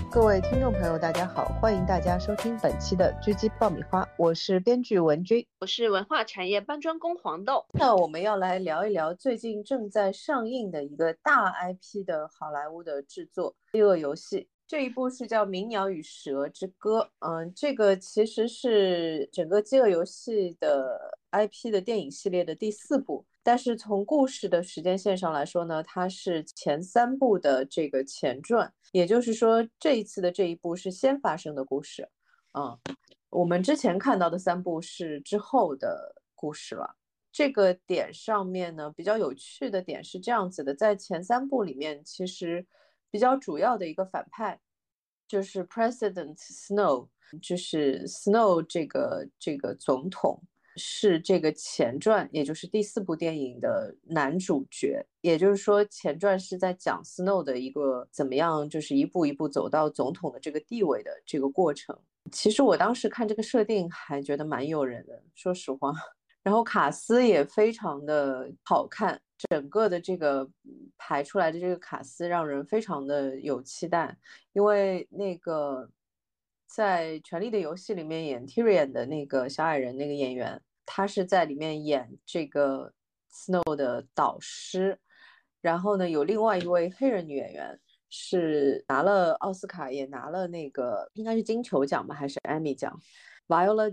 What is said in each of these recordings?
各位听众朋友大家好，欢迎大家收听本期的狙击爆米花，我是编剧文君， 我是文化产业搬砖工黄豆。 那我们要来聊一聊最近正在上映的一个大 IP 的好莱坞的制作《饥饿游戏》，这一部是叫《鸣鸟与蛇之歌》。这个其实是整个饥饿游戏的 IP 的电影系列的第4部，但是从故事的时间线上来说呢，它是前3部的这个前传，也就是说这一次的这一部是先发生的故事。我们之前看到的3部是之后的故事了。这个点上面呢，比较有趣的点是这样子的，在前3部里面，其实比较主要的一个反派就是 President Snow， 就是 Snow 这个总统是这个前传，也就是第4部电影的男主角。也就是说，前传是在讲 Snow 的一个怎么样，就是一步一步走到总统的这个地位的这个过程。其实我当时看这个设定还觉得蛮诱人的，说实话。然后卡斯也非常的好看，整个的这个排出来的这个卡斯让人非常的有期待。因为那个在《权力的游戏》里面演 Tyrion 的那个小矮人那个演员，他是在里面演这个 Snow 的导师。然后呢，有另外一位黑人女演员是拿了奥斯卡，也拿了那个应该是金球奖吧，还是艾米奖。Viola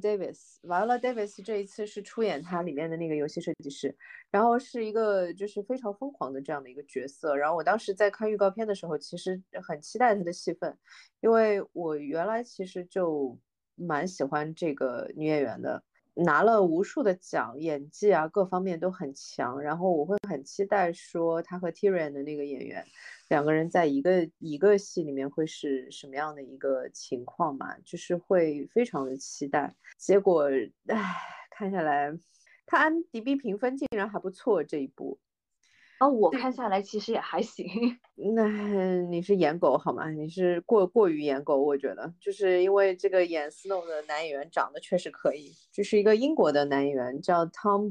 Davis 这一次是出演它里面的那个游戏设计师，然后是一个就是非常疯狂的这样的一个角色。然后我当时在看预告片的时候，其实很期待她的戏份，因为我原来其实就蛮喜欢这个女演员的，拿了无数的奖，演技啊各方面都很强。然后我会很期待说她和 Tyrion 的那个演员两个人在一个戏里面会是什么样的一个情况嘛，就是会非常的期待。结果看下来他 IMDB 评分竟然还不错，这一部。 我看下来其实也还行。 那你是颜狗好吗？你是过于颜狗，我觉得就是因为这个演 Snow 的男演员长得确实可以，就是一个英国的男演员叫 Tom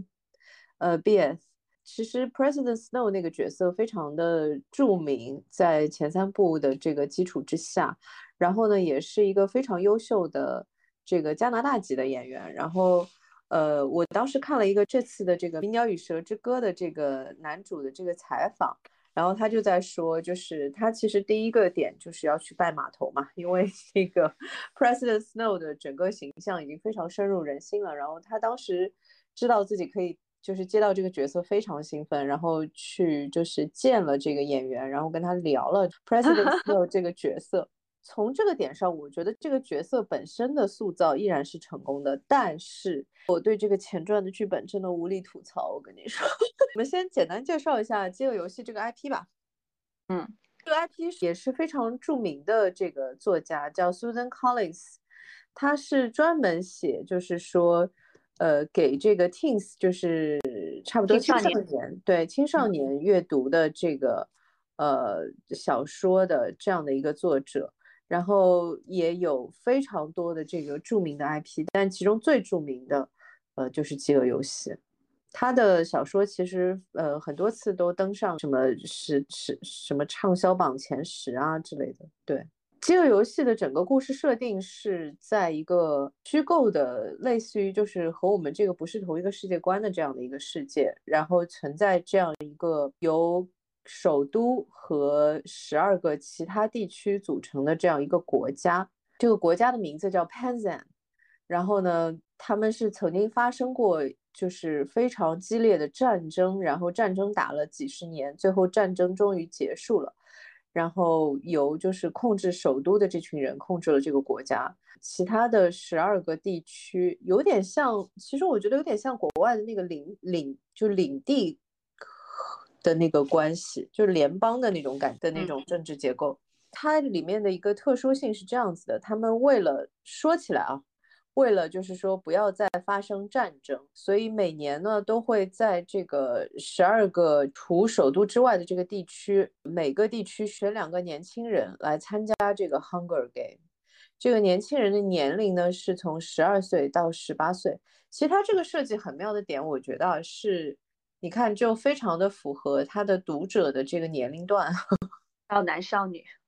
Beath。其实 President Snow 那个角色非常的著名，在前3部的这个基础之下，然后呢也是一个非常优秀的这个加拿大籍的演员。然后我当时看了一个这次的这个《鸣鸟与蛇之歌》的这个男主的这个采访，然后他就在说，就是他其实第一个点就是要去拜码头嘛，因为那个 President Snow 的整个形象已经非常深入人心了。然后他当时知道自己可以就是接到这个角色，非常兴奋，然后去就是见了这个演员，然后跟他聊了 President Snow 这个角色。从这个点上，我觉得这个角色本身的塑造依然是成功的，但是我对这个前传的剧本真的无力吐槽。我跟你说，我们先简单介绍一下《饥饿游戏》这个 IP 吧。这个 IP 也是非常著名的这个作家叫 Susan Collins， 他是专门写就是说给这个 teens 就是差不多青少年对青少年阅读的这个小说的这样的一个作者。然后也有非常多的这个著名的 IP， 但其中最著名的就是饥饿游戏。他的小说其实很多次都登上什么畅销榜前10啊之类的。对，饥饿游戏的整个故事设定是在一个虚构的，类似于就是和我们这个不是同一个世界观的这样的一个世界，然后存在这样一个由首都和12个其他地区组成的这样一个国家。这个国家的名字叫 Penzan。然后呢，他们是曾经发生过就是非常激烈的战争，然后战争打了几十年，最后战争终于结束了。然后由就是控制首都的这群人控制了这个国家，其他的12个地区有点像，其实我觉得有点像国外的那个领地的那个关系，就是联邦的那种感的那种政治结构。它里面的一个特殊性是这样子的，他们为了说起来啊，为了就是说不要再发生战争，所以每年呢都会在这个12个除首都之外的这个地区，每个地区选2个年轻人来参加这个 Hunger Game。这个年轻人的年龄呢是从12岁到18岁。其实他这个设计很妙的点，我觉得是，你看就非常的符合他的读者的这个年龄段， 少男少女。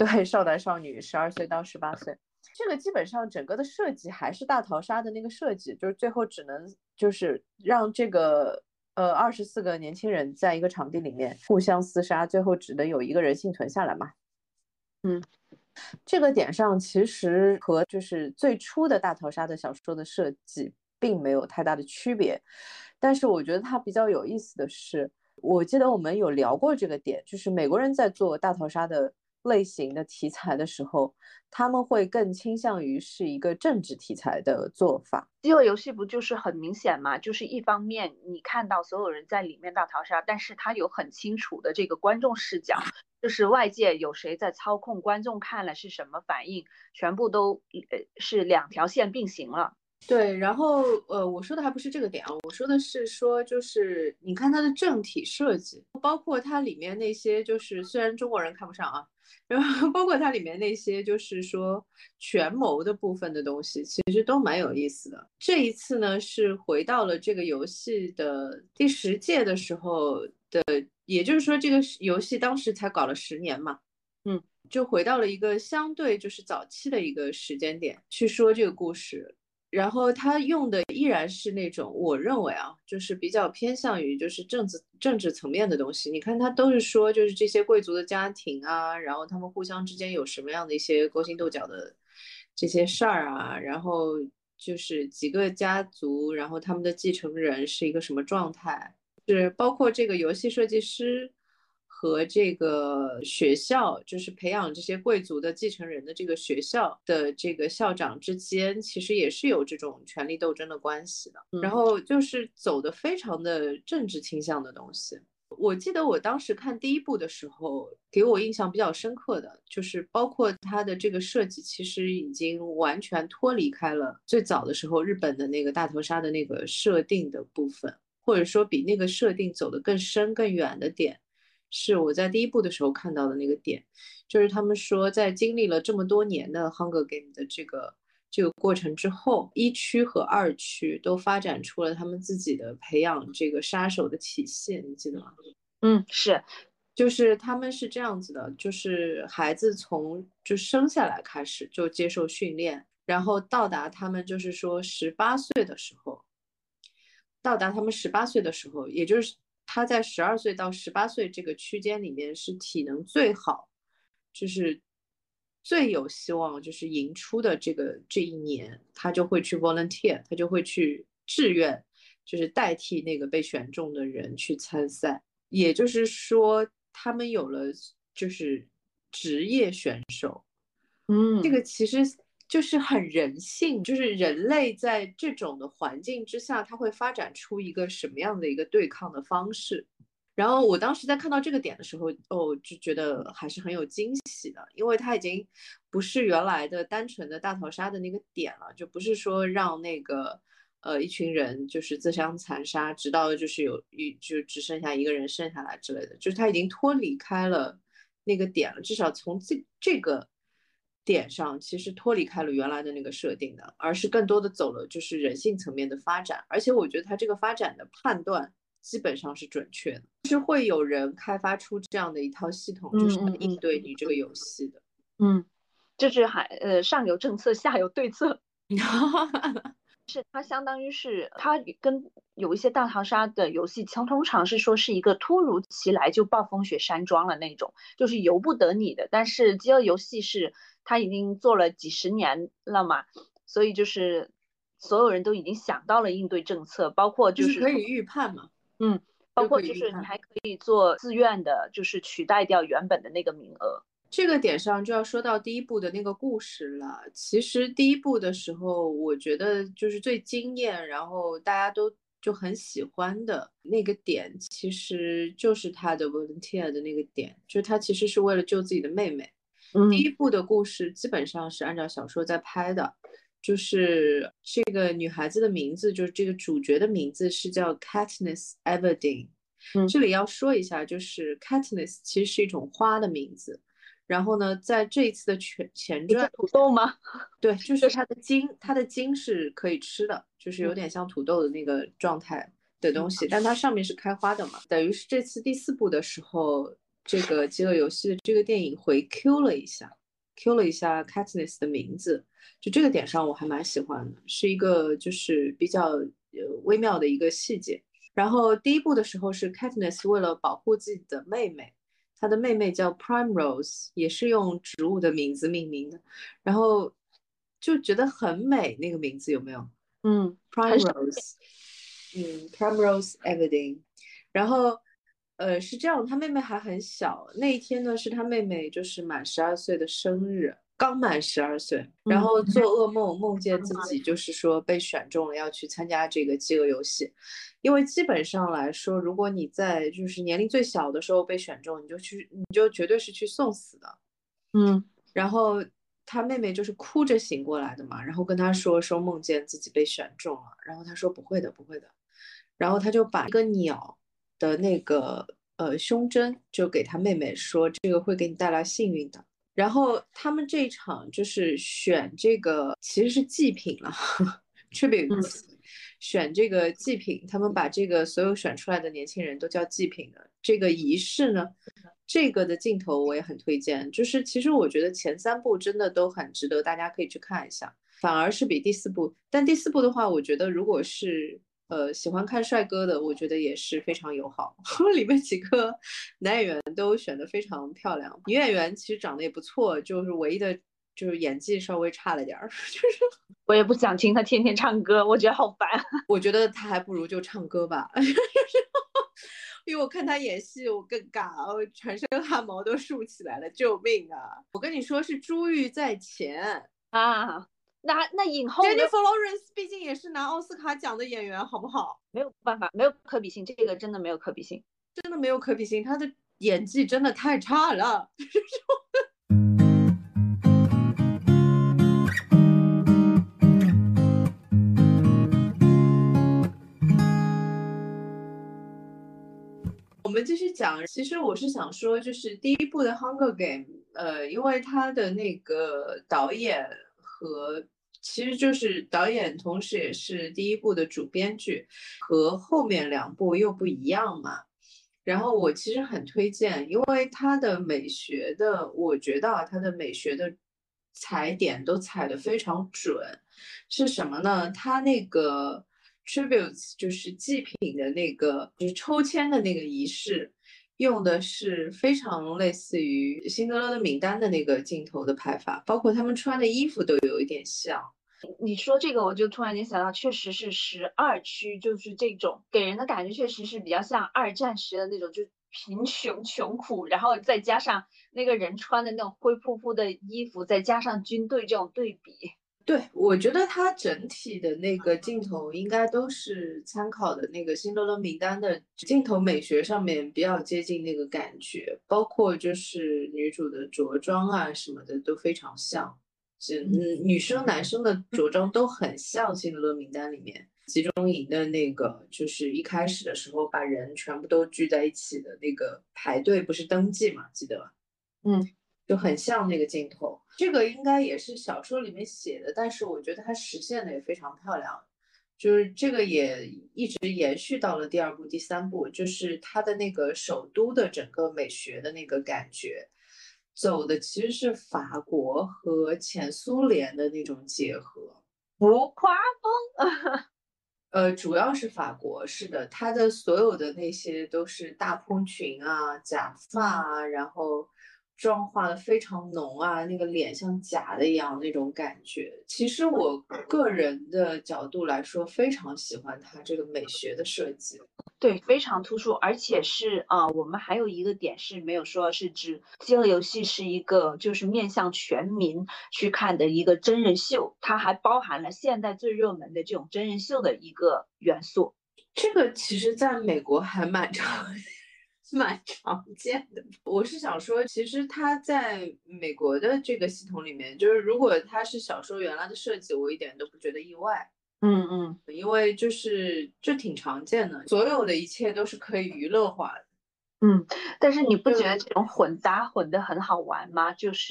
对，少男少女12岁到18岁，这个基本上整个的设计还是大逃杀的那个设计，就是最后只能就是让这个24个年轻人在一个场地里面互相厮杀，最后只能有一个人幸存下来嘛。 嗯， 这个点上其实和就是最初的大逃杀的小说的设计并没有太大的区别，但是我觉得它比较有意思的是，我记得我们有聊过这个点，就是美国人在做大逃杀的类型的题材的时候，他们会更倾向于是一个政治题材的做法。 饥饿游戏不就是很明显嘛？就是一方面你看到所有人在里面大逃杀，但是他有很清楚的这个观众视角，就是外界有谁在操控，观众看了是什么反应，全部都是两条线并行了。 对，然后我说的还不是这个点啊，我说的是说，就是你看它的正体设计，包括它里面那些，就是虽然中国人看不上啊，然后包括它里面那些，就是说权谋的部分的东西，其实都蛮有意思的。这一次呢，是回到了这个游戏的第10届的时候的，也就是说，这个游戏当时才搞了10年嘛。就回到了一个相对就是早期的一个时间点去说这个故事，然后他用的依然是那种我认为啊，就是比较偏向于就是政治层面的东西。你看他都是说就是这些贵族的家庭啊，然后他们互相之间有什么样的一些勾心斗角的这些事儿啊，然后就是几个家族，然后他们的继承人是一个什么状态。是包括这个游戏设计师和这个学校，就是培养这些贵族的继承人的这个学校的这个校长之间，其实也是有这种权力斗争的关系的。然后就是走的非常的政治倾向的东西。我记得我当时看第一部的时候，给我印象比较深刻的就是包括它的这个设计，其实已经完全脱离开了最早的时候日本的那个大逃杀的那个设定的部分。或者说比那个设定走得更深更远的点，是我在第一部的时候看到的那个点，就是他们说在经历了这么多年的 Hunger Game 的这个过程之后，1区和2区都发展出了他们自己的培养这个杀手的体系，你记得吗？ 是， 就是他们是这样子的，就是孩子从就生下来开始就接受训练，然后到达他们就是说18岁的时候，到达他们十八岁的时候，也就是他在12岁到18岁这个区间里面是体能最好，就是最有希望就是赢出的这一年，他就会去 volunteer，他就会去志愿，就是代替那个被选中的人去参赛。也就是说，他们有了就是职业选手。这嗯。 个其实就是很人性，就是人类在这种的环境之下，它会发展出一个什么样的一个对抗的方式。然后我当时在看到这个点的时候，就觉得还是很有惊喜的，因为它已经不是原来的单纯的大逃杀的那个点了，就不是说让那个一群人就是自相残杀，直到就是就只剩下一个人剩下来之类的，就是它已经脱离开了那个点了，至少从这个点上，其实脱离开了原来的那个设定的，而是更多的走了就是人性层面的发展，而且我觉得它这个发展的判断基本上是准确的，就是会有人开发出这样的一套系统，就是来应对你这个游戏的。 嗯，就是上有政策，下有对策。是它相当于是它跟有一些大逃杀的游戏，通常是说是一个突如其来就暴风雪山庄了那种，就是由不得你的。但是饥饿游戏是它已经做了几十年了嘛，所以就是所有人都已经想到了应对政策，包括就是说， 就是可以预判嘛， 嗯，包就可括以预判。 就是你还可以做自愿的，就是取代掉原本的那个名额。 这个点上就要说到第一部的那个故事了。其实第一部的时候，我觉得就是最惊艳，然后大家都就很喜欢的那个点，其实就是他的 volunteer 的那个点，就是他其实是为了救自己的妹妹。第嗯一部的故事基本上是按照小说在拍的，就是这个女孩子的名字，就是这个主角的名字是叫 Katniss Everdeen。 嗯， 这里要说一下，就是 Katniss 其实是一种花的名字。然后呢，在这一次的前传， 不是土豆吗？ 对，就是它的茎是可以吃的，就是有嗯点像土豆的那个状态的东嗯西，但它上面是开花的嘛。等于是这次第4部的时候， 这个饥饿游戏的这个电影回 Q 了一下Katniss 的名字，就这个点上我还蛮喜欢的，是一个就是比较微妙的一个细节。然后第一部的时候是 Katniss 为了保护自己的妹妹，她的妹妹叫 Primrose，也是用植物的名字命名的，然后就觉得很美，那个名字有没有？ 很少。 Primrose，Primrose Everdeen，然后是这样，他妹妹还很小，那一天呢是他妹妹就是满12岁的生日，刚满12岁，然后做噩梦，梦见自己就是说被选中了要去参加这个饥饿游戏，因为基本上来说，如果你在就是年龄最小的时候被选中，你就绝对是去送死的。然后他妹妹就是哭着醒过来的嘛，然后跟他说梦见自己被选中了，然后他说不会的不会的，然后他就把一个鸟的那个胸针就给他妹妹说这个会给你带来幸运的。然后他们这一场就是选这个其实是祭品了，tributes，选这个祭品，他们把这个所有选出来的年轻人都叫祭品的这个仪式呢。这个的镜头我也很推荐，就是其实我觉得前3部真的都很值得大家可以去看一下，反而是比第4部，但第4部的话，我觉得如果是喜欢看帅哥的，我觉得也是非常友好，里面几个男演员都选得非常漂亮，女演员其实长得也不错，就是唯一的就是演技稍微差了点儿，就是我也不想听他天天唱歌，我觉得好烦。 我觉得他还不如就唱歌吧。因为我看他演戏，我更尬，我全身汗毛都竖起来了，救命啊！我跟你说是珠玉在前啊。那影后呢？ Jennifer Lawrence 毕竟也是拿奥斯卡奖的演员，好不好？ 没有办法，没有可比性，这个真的没有可比性， 真的没有可比性，他的演技真的太差了。我们继续讲，其实我是想说，就是第一部的《Hunger Game》，因为他的那个导演和其实就是导演，同时也是第一部的主编剧，和后面2部又不一样嘛。然后我其实很推荐，因为他的美学的，我觉得他的美学的踩点都踩得非常准。是什么呢？他那个 tributes 就是祭品的那个，就是抽签的那个仪式，用的是非常类似于辛德勒的名单的那个镜头的拍法，包括他们穿的衣服都有一点像。 你说这个，我就突然间想到，确实是12区，就是这种给人的感觉，确实是比较像二战时的那种，就贫穷穷苦，然后再加上那个人穿的那种灰扑扑的衣服，再加上军队这种对比。 对，我觉得它整体的那个镜头应该都是参考的那个辛德勒名单的镜头美学上面比较接近那个感觉，包括就是女主的着装啊什么的都非常像。女生男生的着装都很像辛德勒名单里面集中营的那个，就是一开始的时候把人全部都聚在一起的那个排队，不是登记嘛？记得吧？就很像那个镜头。这个应该也是小说里面写的，但是我觉得它实现的也非常漂亮。就是这个也一直延续到了第2部、第3部，就是它的那个首都的整个美学的那个感觉，走的其实是法国和前苏联的那种结合。 浮夸风。 主要是法国，是的，它的所有的那些都是大蓬裙啊、假发啊，然后妆化的非常浓啊，那个脸像假的一样那种感觉。其实我个人的角度来说，非常喜欢它这个美学的设计。 对，非常突出，而且是我们还有一个点是没有说，是指《饥饿游戏》是一个就是面向全民去看的一个真人秀，它还包含了现在最热门的这种真人秀的一个元素。 这个其实在美国还蛮常见的。我是想说，其实它在美国的这个系统里面，就是如果它是小说原来的设计，我一点都不觉得意外。因为就挺常见的，所有的一切都是可以娱乐化的。 但是你不觉得这种混搭混得很好玩吗？就是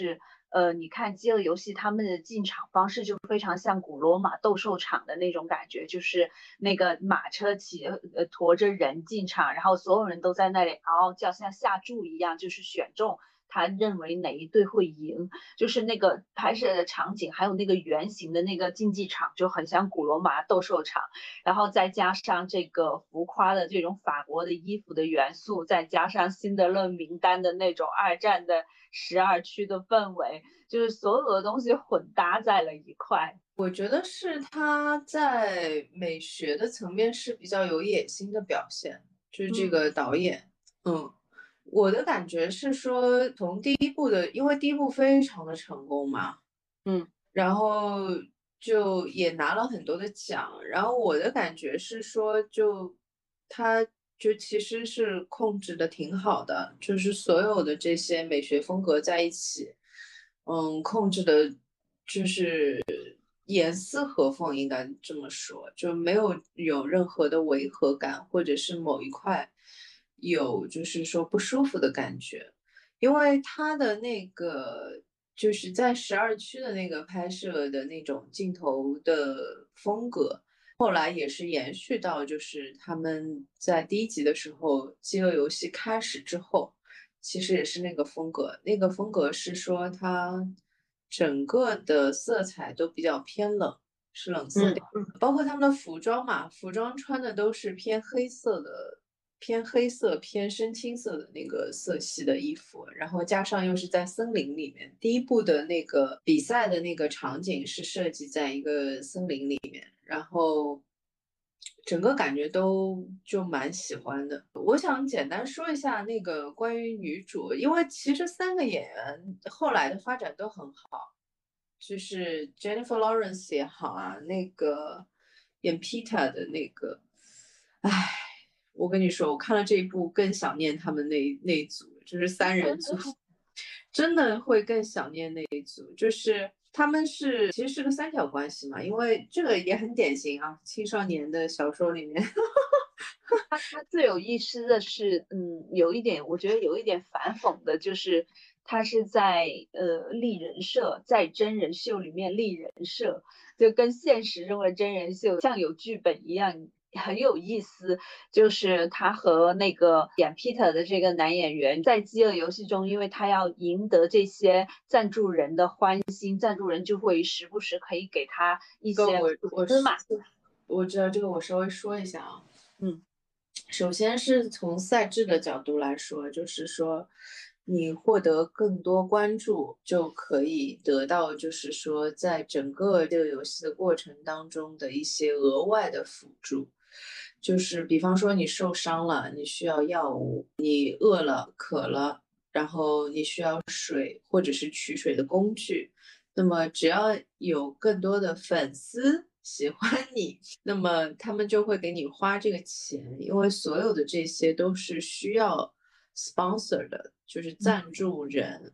你看饥饿游戏他们的进场方式就非常像古罗马斗兽场的那种感觉，就是那个马车驮着人进场，然后所有人都在那里嗷叫，像下注一样，就是选中他认为哪一队会赢，就是那个拍摄的场景，还有那个圆形的那个竞技场就很像古罗马斗兽场，然后再加上这个浮夸的这种法国的衣服的元素，再加上辛德勒名单的那种二战的12区的氛围，就是所有的东西混搭在了一块。 我觉得是他在美学的层面是比较有野心的表现，就是这个导演，我的感觉是说，从第一部的，因为第一部非常的成功嘛，然后就也拿了很多的奖，然后我的感觉是说，他就其实是控制的挺好的，就是所有的这些美学风格在一起，控制的就是严丝合缝，应该这么说，就没有任何的违和感，或者是某一块有就是说不舒服的感觉。因为他的那个就是在12区的那个拍摄的那种镜头的风格，后来也是延续到就是他们在第一集的时候，《饥饿游戏》开始之后，其实也是那个风格。那个风格是说它整个的色彩都比较偏冷，是冷色调，包括他们的服装嘛，服装穿的都是偏黑色的。偏黑色、偏深青色的那个色系的衣服，然后加上又是在森林里面。第一部的那个比赛的那个场景是设计在一个森林里面，然后整个感觉都就蛮喜欢的。我想简单说一下那个关于女主，因为其实3个演员后来的发展都很好，就是 Jennifer Lawrence 也好啊，那个演 Peter 的那个，唉。我跟你说，我看了这一部更想念他们那一组，就是3人组，真的会更想念那一组。就是他们其实是个三角关系嘛，因为这个也很典型啊，青少年的小说里面。 他最有意思的是，有一点，我觉得有一点反讽的，就是他是在立人设，在真人秀里面立人设，就跟现实中的真人秀像有剧本一样，很有意思。就是他和那个演 Peter 的这个男演员在饥饿游戏中，因为他要赢得这些赞助人的欢心，赞助人就会时不时可以给他一这个些我知道这个，我稍微说一下啊。 嗯。 首先是从赛制的角度来说，就是说你获得更多关注，就可以得到就是说在整个这个游戏的过程当中的一些额外的辅助。就是比方说你受伤了，你需要药物；你饿了、渴了，然后你需要水或者是取水的工具。那么只要有更多的粉丝喜欢你，那么他们就会给你花这个钱，因为所有的这些都是需要 sponsor 的，就是赞助人，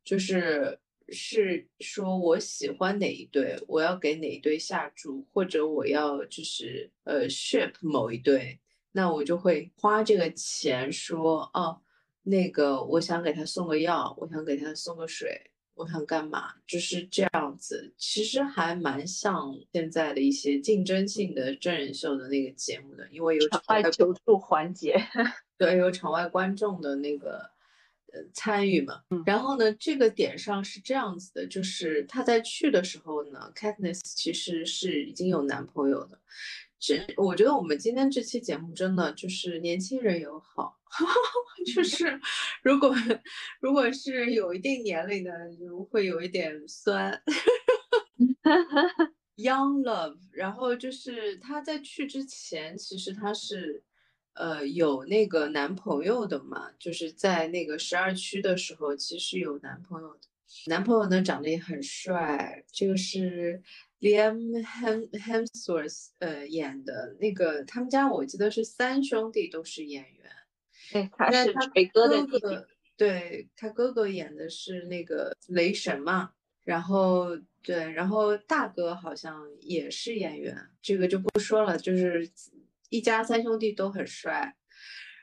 就是说我喜欢哪一队，我要给哪一队下注，或者我要就是ship 某一队，那我就会花这个钱说哦，那个我想给他送个药，我想给他送个水。我想干嘛？就是这样子，其实还蛮像现在的一些竞争性的真人秀的那个节目的，因为有场外求助环节。 对，有场外观众的那个参与嘛。然后呢，这个点上是这样子的，就是他在去的时候呢，Katniss 其实是已经有男朋友的。我觉得我们今天这期节目真的就是年轻人友好，就是如果如果是有一定年龄的，就会有一点酸。Young Love，然后就是她在去之前，其实她是，有那个男朋友的嘛，就是在那个12区的时候，其实有男朋友的。男朋友呢长得也很帅，这个是 Liam Hemsworth 演的那个，他们家我记得是3兄弟都是演员， 对，他是但他锤哥的弟弟。 哥哥，对，他哥哥演的是那个雷神嘛。然后对，然后大哥好像也是演员，这个就不说了，就是一家3兄弟都很帅。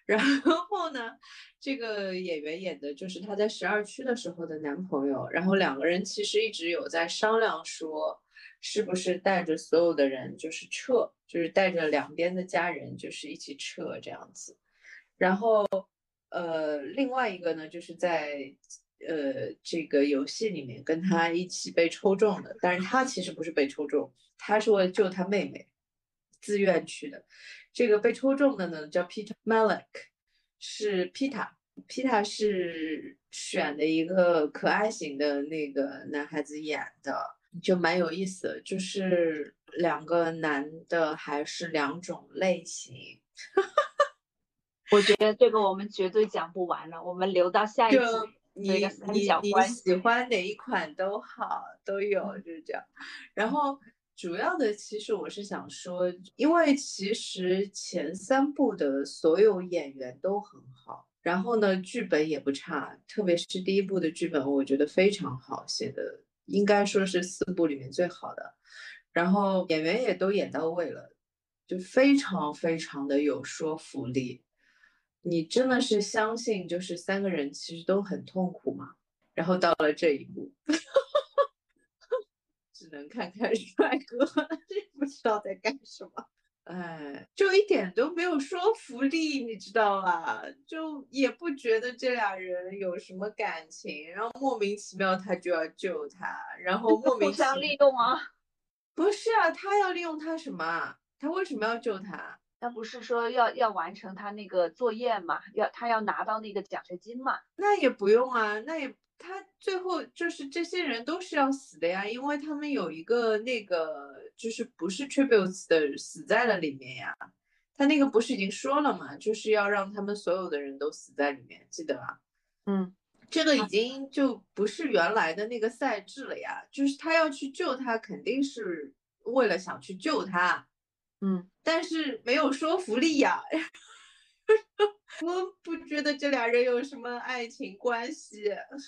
后呢，这个演员演的就是他在12区的时候的男朋友，然后两个人其实一直有在商量说，是不是带着所有的人就是撤，就是带着两边的家人就是一起撤这样子。然后另外一个呢，就是在这个游戏里面跟他一起被抽中的，但是他其实不是被抽中，他是为了救他妹妹，自愿去的。这个被抽中的呢叫 Peter Malek，是 Pita 是选的一个可爱型的那个男孩子演的，就蛮有意思的，就是两个男的还是两种类型。 我觉得这个我们绝对讲不完了，我们留到下一集就做一个你三你你角关系。 喜欢哪一款都好，都有，就是这样。然后主要的其实我是想说，因为其实前3部的所有演员都很好，然后呢剧本也不差，特别是第1部的剧本，我觉得非常好，写的应该说是4部里面最好的。然后演员也都演到位了，就非常非常的有说服力。你真的是相信，就是3个人其实都很痛苦嘛？然后到了这一步，只能看看帅哥，也不知道在干什么。哎，就一点都没有说服力，你知道吧？就也不觉得这俩人有什么感情，然后莫名其妙他就要救他，然后莫互名其妙， 相利用啊。 不是啊，他要利用他什么啊？他为什么要救他？ 他不是说要完成他那个作业嘛，他要拿到那个奖学金嘛。 那也不用啊，那也他最后就是这些人都是要死的呀，因为他们有一个那个就是不是 tributes 的死在了里面呀。他那个不是已经说了嘛，就是要让他们所有的人都死在里面，记得吧？ 嗯， 这个已经就不是原来的那个赛制了呀，就是他要去救他，肯定是为了想去救他， 嗯， 但是没有说服力呀。我不觉得这俩人有什么爱情关系。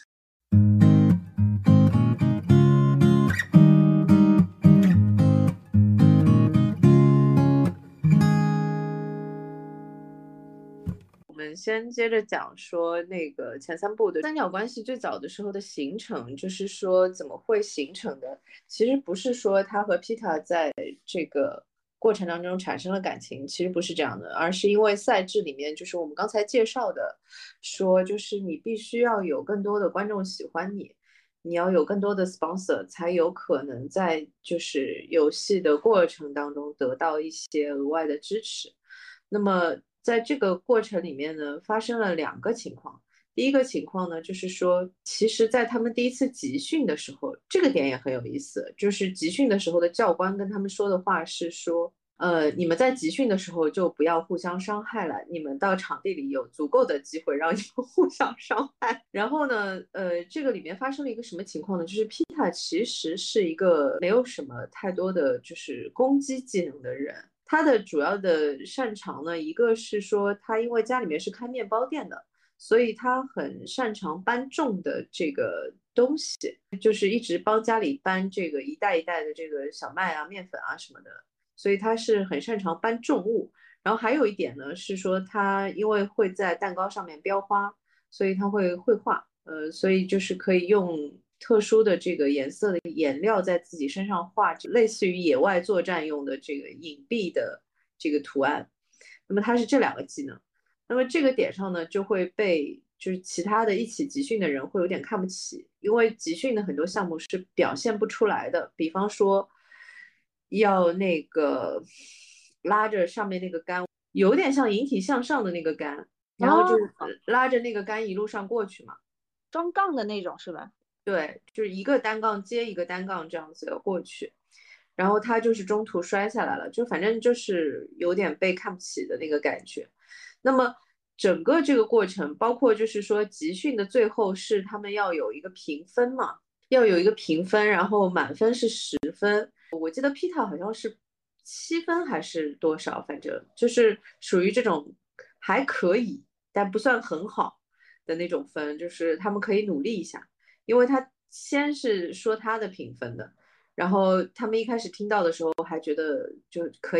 我们先接着讲说那个前3部的三角关系最早的时候的形成，就是说怎么会形成的。其实不是说他和 Pita 在这个过程当中产生了感情，其实不是这样的，而是因为赛制里面就是我们刚才介绍的，说就是你必须要有更多的观众喜欢你，你要有更多的 sponsor 才有可能在就是游戏的过程当中得到一些额外的支持。那么在这个过程里面呢，发生了2个情况。第一个情况呢，就是说，其实，在他们第一次集训的时候，这个点也很有意思，就是集训的时候的教官跟他们说的话是说，你们在集训的时候就不要互相伤害了，你们到场地里有足够的机会让你们互相伤害。然后呢，这个里面发生了一个什么情况呢？就是皮塔其实是一个没有什么太多的就是攻击技能的人。他的主要的擅长呢，一个是说他因为家里面是开面包店的，所以他很擅长搬重的这个东西，就是一直帮家里搬这个一袋一袋的这个小麦啊、面粉啊什么的，所以他是很擅长搬重物。然后还有一点呢，是说他因为会在蛋糕上面标花，所以他会绘画，所以就是可以用特殊的这个颜色的颜料在自己身上画，类似于野外作战用的这个隐蔽的这个图案。那么它是这2个技能，那么这个点上呢，就会被就是其他的一起集训的人会有点看不起，因为集训的很多项目是表现不出来的，比方说要那个拉着上面那个杆，有点像引体向上的那个杆，然后就哦， 是拉着那个杆一路上过去嘛。 装杠的那种是吧？ 对，就是一个单杠接一个单杠这样子的过去，然后他就是中途摔下来了，就反正就是有点被看不起的那个感觉。那么整个这个过程，包括就是说集训的最后是他们要有一个评分嘛，要有一个评分，然后满分是10分，我记得 Pita 好像是7分还是多少，反正就是属于这种还可以，但不算很好的那种分，就是他们可以努力一下。因为他先是说他的评分的，然后他们一开始听到的时候还觉得就可以，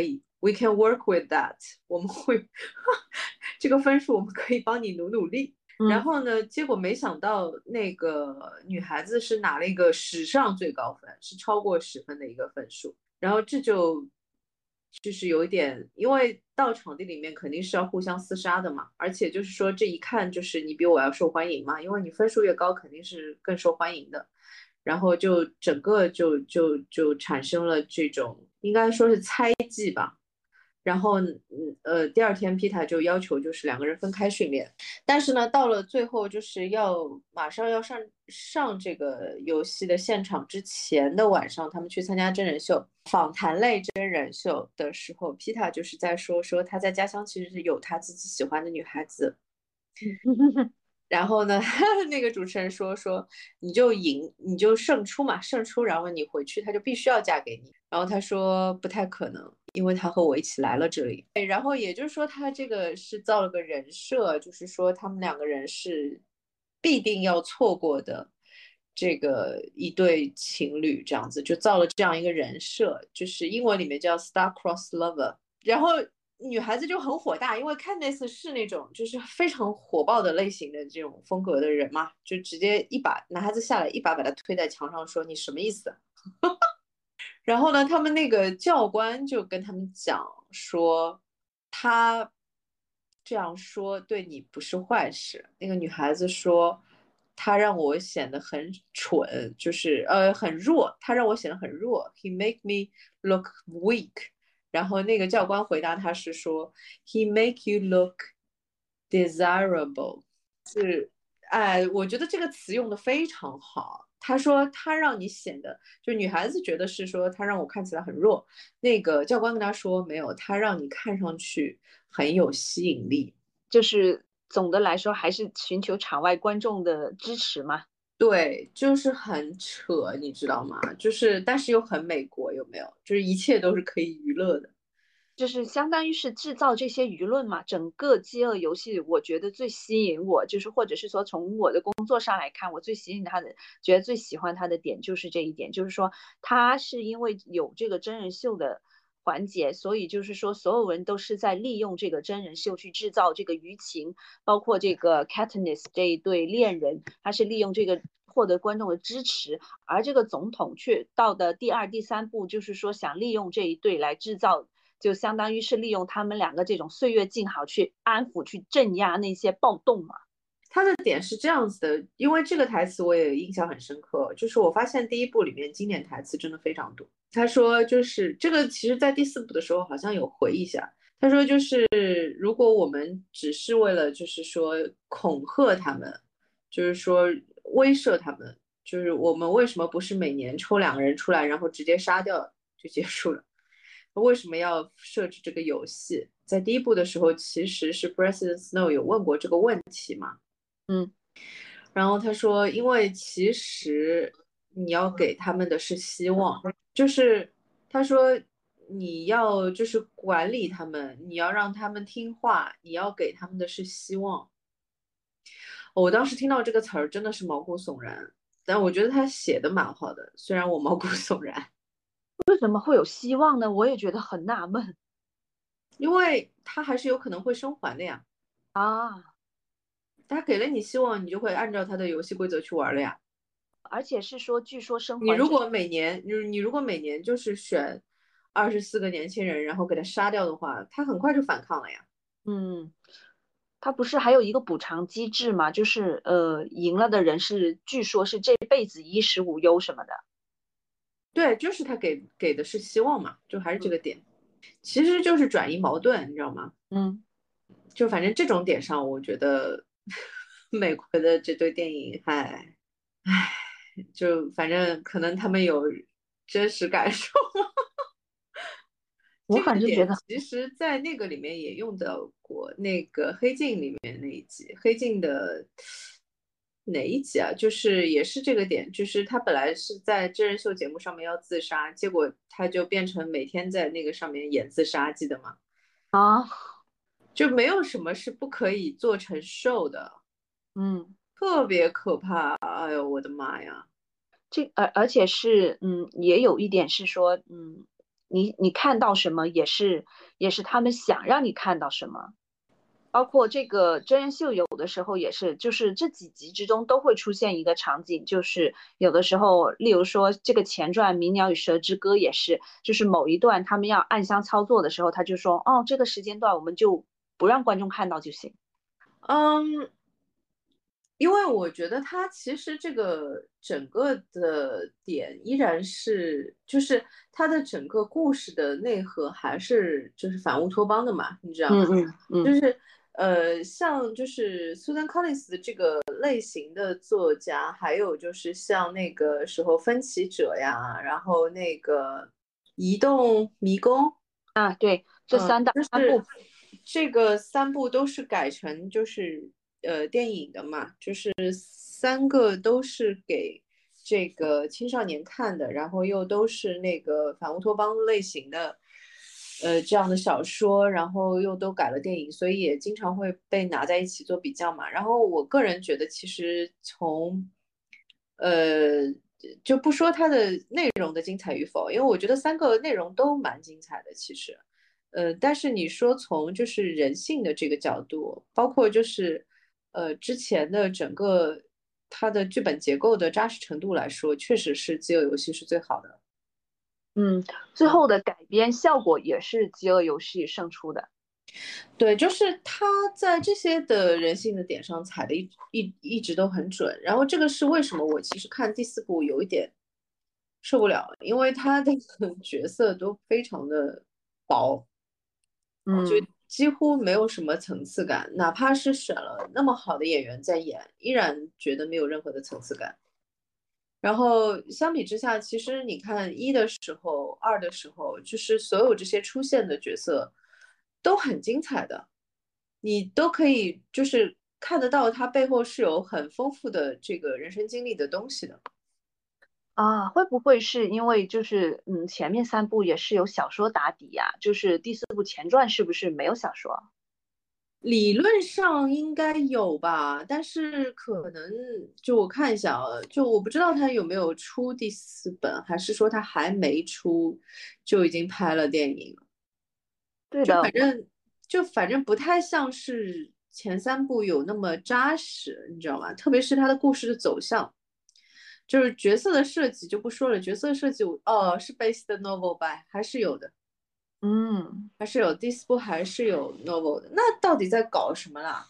we can work with that， 我们会这个分数我们可以帮你努力。然后呢，结果没想到那个女孩子是拿了一个史上最高分，是超过10分的一个分数。然后这就是有一点，因为到场地里面肯定是要互相厮杀的嘛，而且就是说这一看就是你比我要受欢迎嘛，因为你分数越高肯定是更受欢迎的。然后就整个就产生了这种应该说是猜忌吧。然后第二天皮塔就要求就是2个人分开训练，但是呢，到了最后就是马上要上这个游戏的现场之前的晚上，他们去参加真人秀访谈类真人秀的时候，皮塔就是在说他在家乡其实是有他自己喜欢的女孩子。然后呢，那个主持人说你就赢，你就胜出嘛，胜出，然后你回去，他就必须要嫁给你。然后他说不太可能，因为他和我一起来了这里。然后也就是说，他这个是造了个人设，就是说他们2个人是必定要错过的这个一对情侣，这样子就造了这样一个人设，就是英文里面叫 star-crossed lover。然后女孩子就很火大，因为 Candice 是那种就是非常火爆的类型的这种风格的人嘛，就直接男孩子下来一把把他推在墙上说你什么意思？然后呢，他们那个教官就跟他们讲说，他这样说对你不是坏事。那个女孩子说，他让我显得很蠢，就是很弱，他让我显得很弱。He make me look weak。然后那个教官回答他是说，He make you look desirable。哎，我觉得这个词用的非常好。他说他让你显得，就女孩子觉得是说他让我看起来很弱，那个教官跟他说没有，他让你看上去很有吸引力。 就是总的来说还是寻求场外观众的支持嘛。 对，就是很扯，你知道吗？就是但是又很美国，有没有？就是一切都是可以娱乐的。 就是相当于是制造这些舆论嘛。整个饥饿游戏，我觉得最吸引我，就是或者是说从我的工作上来看，我最吸引他的，觉得最喜欢他的点就是这一点，就是说他是因为有这个真人秀的环节，所以就是说所有人都是在利用这个真人秀去制造这个舆情，包括这个 Katniss 这一对恋人，他是利用这个获得观众的支持，而这个总统却到的第2、第3部，就是说想利用这一对来制造。就相当于是利用他们2个这种岁月静好去安抚、去镇压那些暴动嘛。 他的点是这样子的，因为这个台词我也印象很深刻，就是我发现第1部里面经典台词真的非常多。他说就是这个，其实在第4部的时候好像有回忆一下。他说就是如果我们只是为了就是说恐吓他们，就是说威慑他们，就是我们为什么不是每年抽2个人出来，然后直接杀掉就结束了？为什么要设置这个游戏？在第1部的时候，其实是 President Snow 有问过这个问题嘛。然后他说，因为其实你要给他们的是希望，就是他说你要就是管理他们，你要让他们听话，你要给他们的是希望。我当时听到这个词儿真的是毛骨悚然，但我觉得他写的蛮好的，虽然我毛骨悚然。 为什么会有希望呢？我也觉得很纳闷因为他还是有可能会生还的呀。 啊。 他给了你希望，你就会按照他的游戏规则去玩了呀。 而且是说，据说生还者， 你如果每年，你如果每年就是选24个年轻人，然后给他杀掉的话，他很快就反抗了呀。 嗯，他不是还有一个补偿机制吗？就是赢了的人是据说是这辈子衣食无忧什么的。 对，就是他给的是希望嘛，就还是这嗯个点，其实就是转移矛盾，你知道吗？ 嗯， 就反正这种点上，我觉得美国的这对电影还，唉，就反正可能他们有真实感受。 我这个点反正觉得其实，在那个里面也用到过，那个《黑镜》里面那一集，《黑镜》的哪一集啊？就是也是这个点，就是他本来是在真人秀节目上面要自杀，结果他就变成每天在那个上面演自杀，记得吗？ 啊， 就没有什么是不可以做成 show 的， 嗯。 特别可怕。哎呦，我的妈呀！ 而且是也有一点是说， 你看到什么也是他们想让你看到什么。包括这个真人秀，有的时候也是，就是这几集之中都会出现一个场景，就是有的时候，例如说这个前传《鸣鸟与蛇之歌》也是，就是某一段他们要暗箱操作的时候，他就说，哦，这个时间段我们就不让观众看到就行。 嗯，因为我觉得它其实这个整个的点依然是，就是它的整个故事的内核还是就是反乌托邦的嘛，你知道吗？ 嗯嗯嗯。 就是像就是 Susan Collins 的这个类型的作家，还有就是像那个时候分歧者呀，然后那个移动迷宫。 啊，对，这三就是部。 这个三部都是改成就是电影的嘛，就是三个都是给这个青少年看的，然后又都是那个反乌托邦类型的这样的小说，然后又都改了电影，所以也经常会被拿在一起做比较嘛。然后我个人觉得，其实从就不说它的内容的精彩与否，因为我觉得三个内容都蛮精彩的，其实。但是你说从就是人性的这个角度，包括就是之前的整个它的剧本结构的扎实程度来说，确实是饥饿游戏是最好的。 嗯，最嗯， 后的改编效果也是饥饿游戏胜出的。 对，就是他在这些的人性的点上踩的一直都很准。然后这个是为什么我其实看第四部有一点受不了，因为他的角色都非常的薄。就嗯。 几乎没有什么层次感，哪怕是选了那么好的演员在演，依然觉得没有任何的层次感。然后相比之下，其实你看一的时候、二的时候，就是所有这些出现的角色都很精彩的，你都可以就是看得到他背后是有很丰富的这个人生经历的东西的。 啊，会不会是因为就是前面三部也是有小说打底呀？就是第四部前传是不是没有小说？ 理论上应该有吧，但是可能就我看一下啊，就我不知道他有没有出第四本，还是说他还没出就已经拍了电影了。就对的。 反正不太像是前三部有那么扎实，你知道吗？特别是他的故事的走向，就是角色的设计就不说了，角色设计是 based novel 吧，还是有的， 嗯。 还是有第四部还是有 novel 的，那到底在搞什么啦？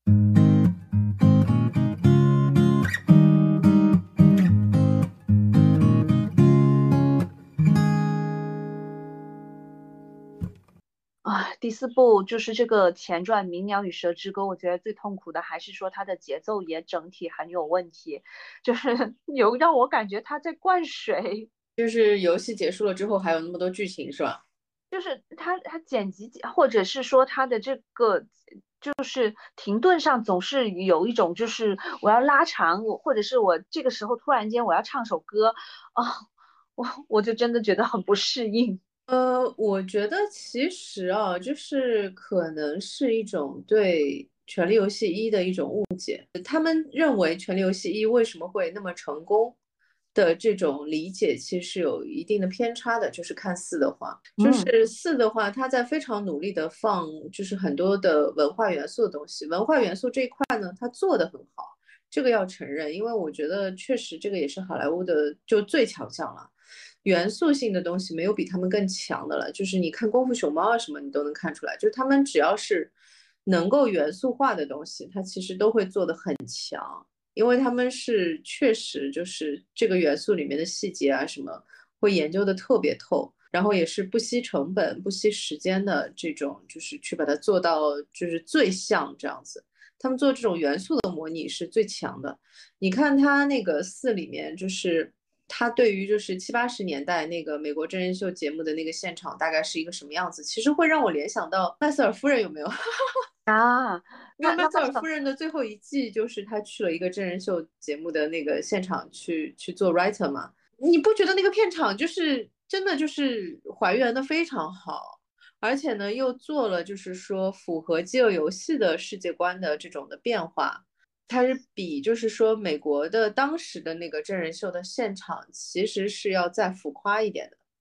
啊，第四部就是这个前传《鸣鸟与蛇之歌》，我觉得最痛苦的还是说它的节奏也整体很有问题，就是有让我感觉它在灌水。 就是游戏结束了之后还有那么多剧情是吧？ 就是它剪辑，或者是说它的这个就是停顿上总是有一种就是我要拉长，或者是我这个时候突然间我要唱首歌啊，我就真的觉得很不适应。 我觉得其实啊，就是可能是一种对《权力游戏一》的一种误解。他们认为《权力游戏一》为什么会那么成功的这种理解，其实是有一定的偏差的。就是看四的话，就嗯是四的话，他在非常努力的放，就是很多的文化元素的东西。文化元素这一块呢，他做的很好，这个要承认，因为我觉得确实这个也是好莱坞的就最强项了。元素性的东西没有比他们更强的了，就是你看功夫熊猫啊什么，你都能看出来，就是他们只要是能够元素化的东西，它其实都会做得很强，因为他们是确实就是这个元素里面的细节啊什么会研究的特别透，然后也是不惜成本、不惜时间的这种，就是去把它做到就是最像这样子。他们做这种元素的模拟是最强的。你看他那个四里面，就是他对于就是七八十年代那个美国真人秀节目的那个现场大概是一个什么样子，其实会让我联想到麦瑟尔夫人有没有？ 啊， 因为麦瑟那尔夫人的最后一季就是他去了一个真人秀节目的那个现场去做 writer 嘛，你不觉得那个片场就是真的就是还原的非常好，而且呢又做了就是说符合饥饿游戏的世界观的这种的变化，它是比就是说美国的当时的那个真人秀的现场其实是要再浮夸一点的。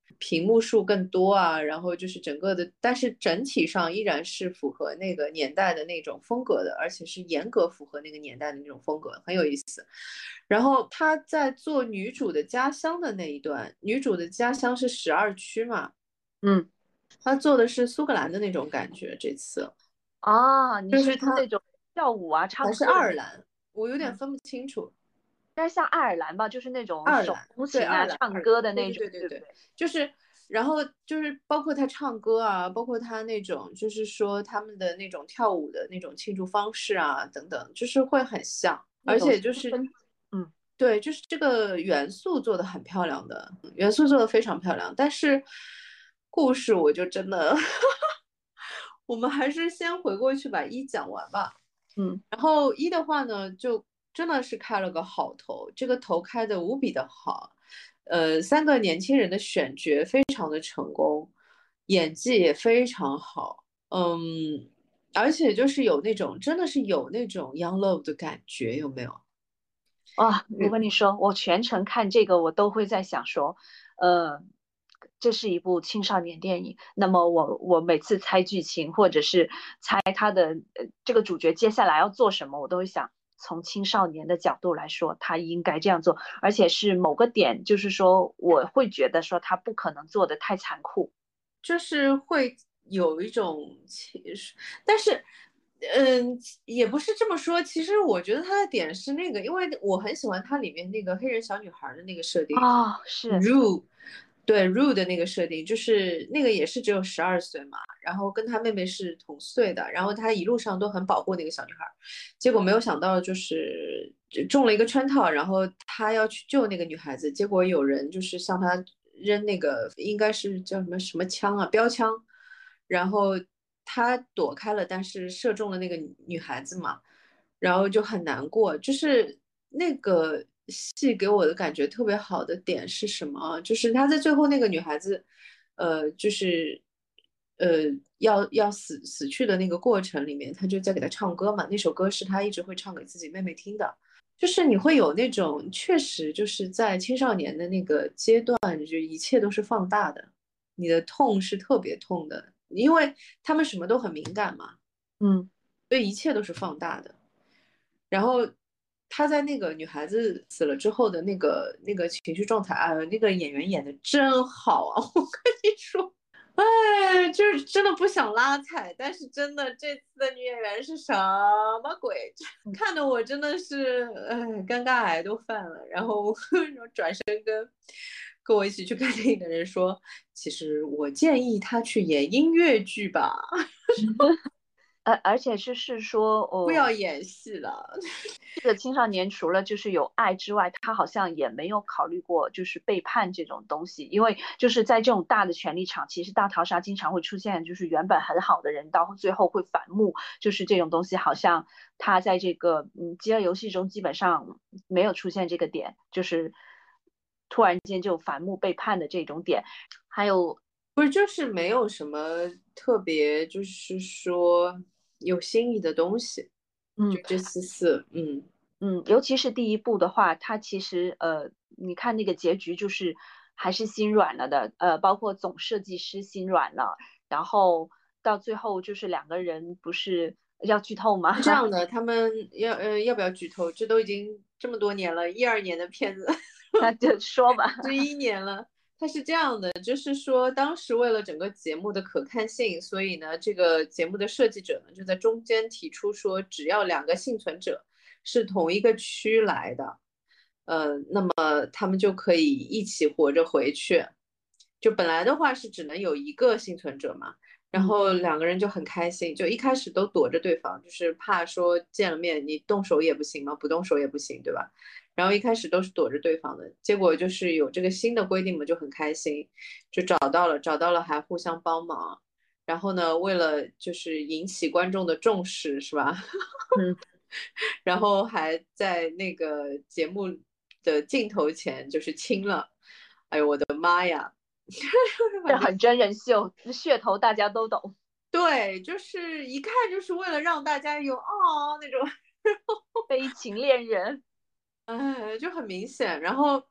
屏幕数更多啊，然后就是整个的，但是整体上依然是符合那个年代的那种风格的，而且是严格符合那个年代的那种风格，很有意思。然后他在做女主的家乡的那一段，女主的家乡是12区嘛， 嗯， 他做的是苏格兰的那种感觉，这次啊，你是就是他说那种跳舞啊、 还是唱歌的那种？ 爱尔兰，我有点嗯， 分不清楚。 但是像爱尔兰吧，就是那种手爱尔兰，对， 风琴啊、 爱尔兰， 唱歌的对对那种， 对对对， 对不对？ 就是，然后就是包括他唱歌啊，包括他那种，就是说他们的那种跳舞的那种庆祝方式啊，等等，就是会很像，而那种青且就是， 春，嗯， 对，就是这个元素做的很漂亮的，元素做的非常漂亮，但是故事我就真的，我们还是先回过去把一讲完吧。 嗯， 然后一的话呢，就真的是开了个好头，这个头开的无比的好，3个年轻人的选角非常的成功，演技也非常好，而且就是有那种真的是有那种 young love 的感觉，有没有？ 啊，我嗯， 跟你说，我全程看这个，我都会在想说，呃，这是一部青少年电影。那么我每次猜剧情，或者是猜他的这个主角接下来要做什么，我都会想，从青少年的角度来说，他应该这样做，而且是某个点，就是说我会觉得说他不可能做的太残酷。 就是会有一种其实，但是，也不是这么说。其实我觉得他的点是那个，因为我很喜欢它里面那个黑人小女孩的那个设定啊，是， ，Rue，对 Rue 的那个设定，就是那个也是只有12岁嘛，然后跟他妹妹是同岁的，然后他一路上都很保护那个小女孩，结果没有想到就是中了一个圈套，然后他要去救那个女孩子，结果有人就是向他扔那个应该是叫什么什么枪啊，标枪，然后他躲开了，但是射中了那个女孩子嘛，然后就很难过。就是那个戏给我的感觉特别好的点是什么啊？就是他在最后那个女孩子，就是要死去的那个过程里面，他就在给她唱歌嘛，那首歌是他一直会唱给自己妹妹听的。就是你会有那种确实就是在青少年的那个阶段，就一切都是放大的，你的痛是特别痛的，因为他们什么都很敏感嘛， 嗯。 所以一切都是放大的。然后他在那个女孩子死了之后的那个情绪状态，啊，那个演员演的真好啊！我跟你说，哎，就是真的不想拉踩，但是真的这次的女演员是什么鬼？看得我真的是，哎，尴尬癌都犯了。然后我转身跟我一起去看电影的人说，其实我建议他去演音乐剧吧， 而且就是说， 不要哦， 演戏了。 这个青少年除了就是有爱之外，他好像也没有考虑过就是背叛这种东西，因为就是在这种大的权力场，其实大逃杀经常会出现，就是原本很好的人到最后会反目，就是这种东西好像他在这个饥饿游戏中基本上没有出现这个点，就是突然间就反目背叛的这种点，还有不是，就是没有什么特别，就是说有新意的东西。就嗯。 这次， 尤其是第一部的话，它其实你看那个结局就是还是心软了的，包括总设计师心软了，然后到最后就是两个人不是要剧透吗？ 是这样的，他们要不要剧透？这都已经这么多年了，12年的片子， 那就说吧。 11年了。它是这样的，就是说当时为了整个节目的可看性，所以呢，这个节目的设计者呢就在中间提出说，只要2个幸存者是同一个区来的，那么他们就可以一起活着回去。就本来的话是只能有一个幸存者嘛，然嗯， 后2个人就很开心，就一开始都躲着对方，就是怕说见了面你动手也不行嘛，不动手也不行，对吧？然后一开始都是躲着对方的，结果就是有这个新的规定嘛，就很开心，就找到了还互相帮忙。然后呢，为了就是引起观众的重视，是吧？ 嗯， 然后还在那个节目的镜头前就是亲了。哎呦我的妈呀！ 这很真人秀，噱头大家都懂。 对，就是一看就是为了让大家有那种， 悲情恋人。 哎，就很明显。然后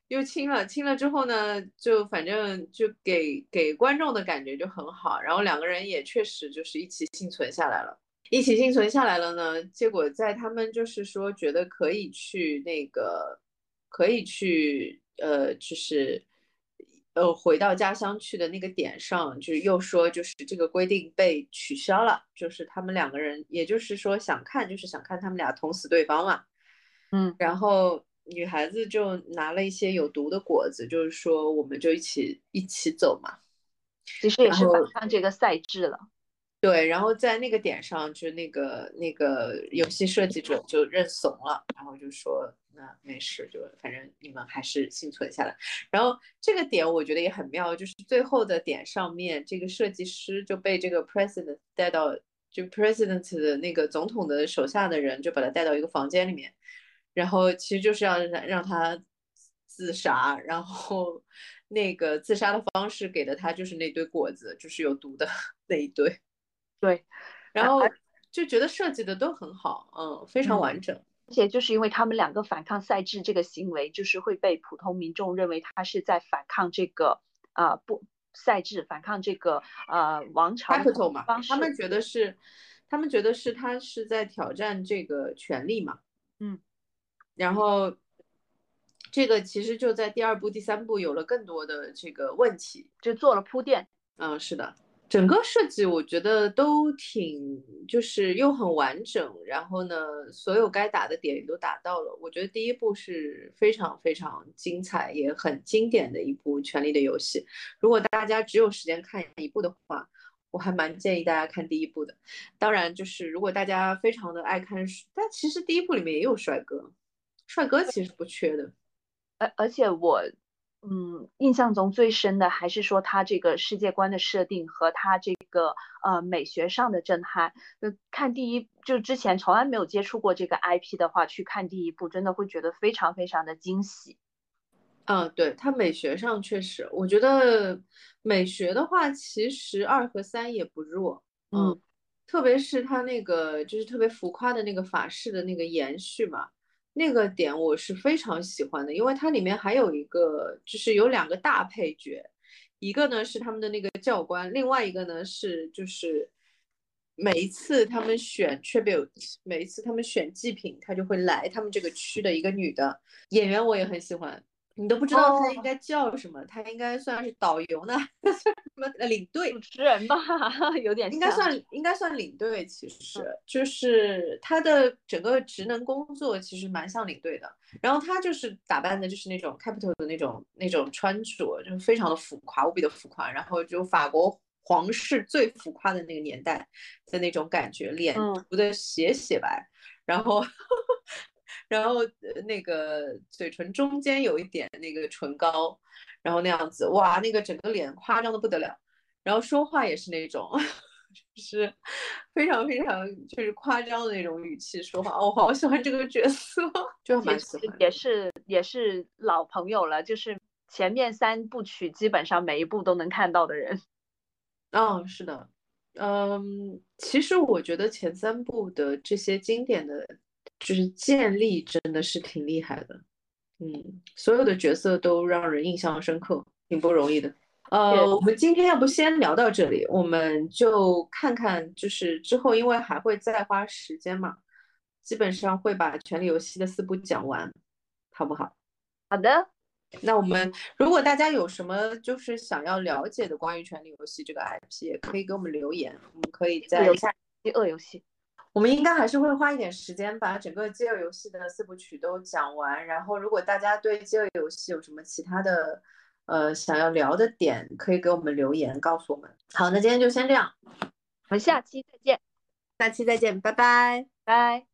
又亲了，亲了之后呢，就反正就给观众的感觉就很好，然后两个人也确实就是一起幸存下来了。一起幸存下来了呢，结果在他们就是说觉得可以去那个，可以去就是回到家乡去的那个点上，就是又说就是这个规定被取消了，就是他们两个人，也就是说想看就是想看他们俩捅死对方嘛。然后女孩子就拿了一些有毒的果子，就是说我们就一起走嘛。 其实也是反然后抗这个赛制了。 对，然后在那个点上，就那个游戏设计者就认怂了，然后就说那没事，就反正你们还是幸存下来。然后这个点我觉得也很妙，就是最后的点上面，这个设计师就被这个 president 带到，就 president 的那个总统的手下的人就把他带到一个房间里面，然后其实就是要让他自杀，然后那个自杀的方式给的他就是那堆果子，就是有毒的那一堆。 对， 然后就觉得设计的都很好，非常完整。 而且就是因为他们两个反抗赛制这个行为，就是会被普通民众认为他是在反抗这个不赛制，反抗这个王朝的 capital 嘛， 方式。 他们觉得是他是在挑战这个权利嘛。然后这个其实就在第二部、第三部有了更多的这个问题， 就做了铺垫。 是的。整个设计我觉得都挺，就是又很完整，然后呢，所有该打的点也都打到了。我觉得第一部是非常非常精彩，也很经典的一部《权力的游戏》。如果大家只有时间看一部的话，我还蛮建议大家看第一部的。当然，就是如果大家非常的爱看，但其实第一部里面也有帅哥，帅哥其实不缺的。 而且我印象中最深的还是说他这个世界观的设定和他这个美学上的震撼。看第一就之前从来没有接触过这个 IP 的话，去看第一部真的会觉得非常非常的惊喜。 对，它美学上确实，我觉得美学的话，其实二和三也不弱。 嗯， 特别是它那个就是特别浮夸的那个法式的那个延续嘛，那个点我是非常喜欢的，因为它里面还有一个就是有两个大配角，一个呢是他们的那个教官，另外一个呢是就是每一次他们选 tribute，每一次他们选祭品，他就会来他们这个区的一个女的演员，我也很喜欢。你都不知道他应哦， 该叫什么，他应该算是导游呢，算什么领队？ 主持人吧，有点应该像。 算应该算领队，其实就是他的整个职能工作其实蛮像领队的。然后他就是打扮的就是那种 capital 的那种穿着，就是非常的浮夸，无比的浮夸。然后就法国皇室最浮夸的那个年代的那种感觉，脸涂的血白，然后然后那个嘴唇中间有一点那个唇膏，然后那样子，哇，那个整个脸夸张的不得了。然后说话也是那种，就是非常非常就是夸张的那种语气说话。我好喜欢这个角色，就其实蛮喜欢。 也是老朋友了，就是前面3部曲基本上每一部都能看到的人。 是的。其实我觉得前三部的这些经典的，就是建立真的是挺厉害的。所有的角色都让人印象深刻，挺不容易的。我们今天要不先聊到这里，我们就看看，就是之后因为还会再花时间嘛，基本上会把《权力游戏》的4部讲完，好不好？ 好的， 那我们如果大家有什么就是想要了解的关于《权力游戏》这个 IP，也可以给我们留言，我们可以在下。 饥饿游戏。 我们应该还是会花一点时间把整个饥饿游戏的4部曲都讲完。然后，如果大家对饥饿游戏有什么其他的想要聊的点，可以给我们留言告诉我们。好，那今天就先这样， 我们下期再见， 下期再见，拜拜。 拜。